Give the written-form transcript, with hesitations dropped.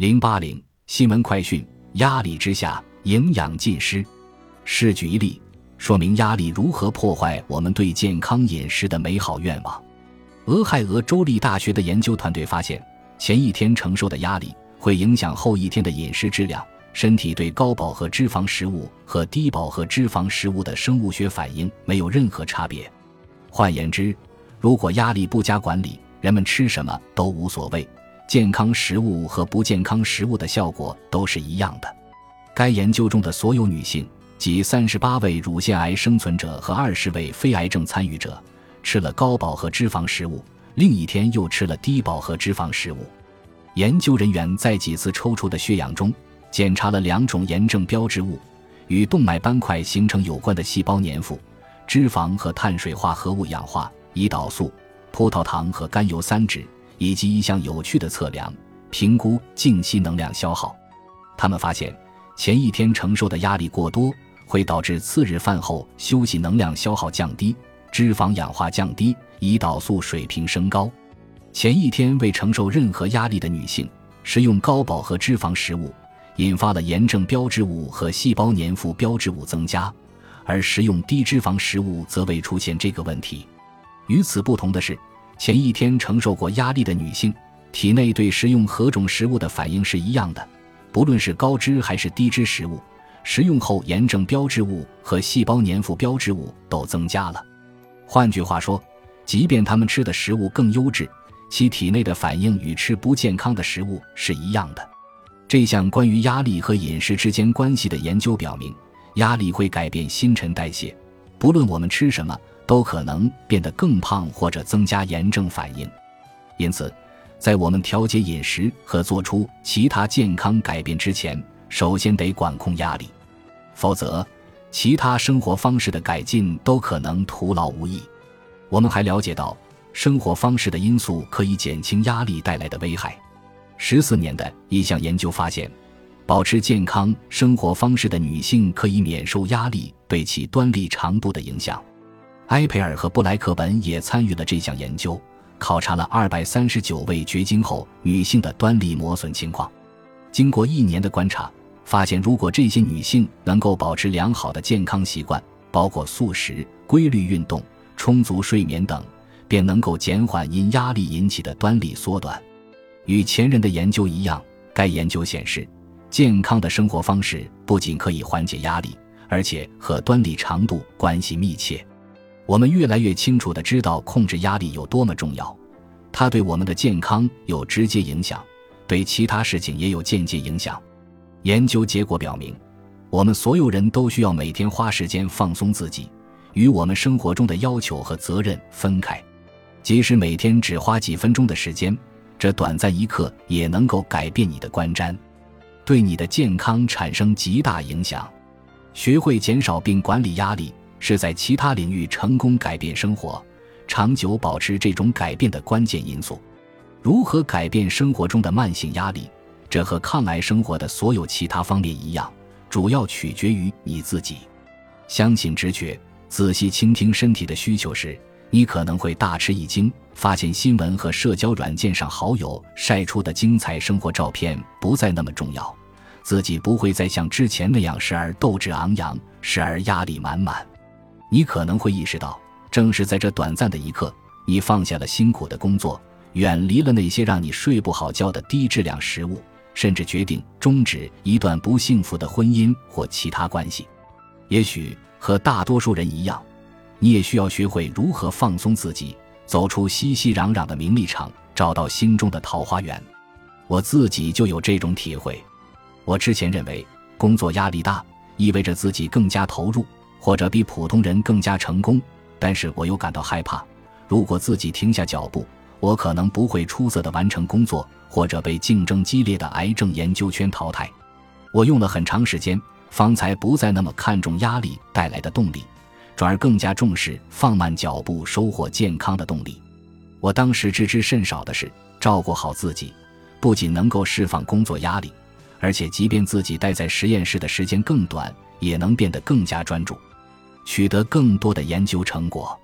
080新闻快讯：压力之下，营养尽失。试举一例，说明压力如何破坏我们对健康饮食的美好愿望。俄亥俄州立大学的研究团队发现，前一天承受的压力会影响后一天的饮食质量，身体对高饱和脂肪食物和低饱和脂肪食物的生物学反应没有任何差别。换言之，如果压力不加管理，人们吃什么都无所谓，健康食物和不健康食物的效果都是一样的。该研究中的所有女性，即38位乳腺癌生存者和20位非癌症参与者，吃了高饱和脂肪食物，另一天又吃了低饱和脂肪食物。研究人员在几次抽出的血氧中检查了2种炎症标志物，与动脉斑块形成有关的细胞粘附、脂肪和碳水化合物氧化、胰岛素、葡萄糖和甘油三酯，以及一项有趣的测量，评估静息能量消耗。他们发现，前一天承受的压力过多会导致次日饭后休息能量消耗降低，脂肪氧化降低，胰岛素水平升高。前一天未承受任何压力的女性食用高饱和脂肪食物，引发了炎症标志物和细胞粘附标志物增加，而食用低脂肪食物则未出现这个问题。与此不同的是，前一天承受过压力的女性体内对食用何种食物的反应是一样的，不论是高脂还是低脂食物，食用后炎症标志物和细胞粘附标志物都增加了。换句话说，即便他们吃的食物更优质，其体内的反应与吃不健康的食物是一样的。这项关于压力和饮食之间关系的研究表明，压力会改变新陈代谢，不论我们吃什么都可能变得更胖或者增加炎症反应。因此，在我们调节饮食和做出其他健康改变之前，首先得管控压力，否则其他生活方式的改进都可能徒劳无益。我们还了解到，生活方式的因素可以减轻压力带来的危害。14年的一项研究发现，保持健康生活方式的女性可以免受压力对其端粒长度的影响。埃培尔和布莱克本也参与了这项研究，考察了239位绝经后女性的端粒磨损情况。经过1年的观察，发现如果这些女性能够保持良好的健康习惯，包括素食、规律运动、充足睡眠等，便能够减缓因压力引起的端粒缩短。与前人的研究一样，该研究显示，健康的生活方式不仅可以缓解压力，而且和端粒长度关系密切。我们越来越清楚地知道控制压力有多么重要，它对我们的健康有直接影响，对其他事情也有间接影响。研究结果表明，我们所有人都需要每天花时间放松自己，与我们生活中的要求和责任分开。即使每天只花几分钟的时间，这短暂一刻也能够改变你的观瞻，对你的健康产生极大影响。学会减少并管理压力，是在其他领域成功改变生活、长久保持这种改变的关键因素。如何改变生活中的慢性压力，这和抗癌生活的所有其他方面一样，主要取决于你自己。相信直觉，仔细倾听身体的需求时，你可能会大吃一惊，发现新闻和社交软件上好友晒出的精彩生活照片不再那么重要，自己不会再像之前那样时而斗志昂扬，时而压力满满。你可能会意识到，正是在这短暂的一刻，你放下了辛苦的工作，远离了那些让你睡不好觉的低质量食物，甚至决定终止一段不幸福的婚姻或其他关系。也许和大多数人一样，你也需要学会如何放松自己，走出熙熙攘攘的名利场，找到心中的桃花源。我自己就有这种体会。我之前认为工作压力大意味着自己更加投入，或者比普通人更加成功，但是我又感到害怕，如果自己停下脚步，我可能不会出色地完成工作，或者被竞争激烈的癌症研究圈淘汰。我用了很长时间，方才不再那么看重压力带来的动力，转而更加重视放慢脚步收获健康的动力。我当时知之甚少的是，照顾好自己不仅能够释放工作压力，而且即便自己待在实验室的时间更短，也能变得更加专注，取得更多的研究成果。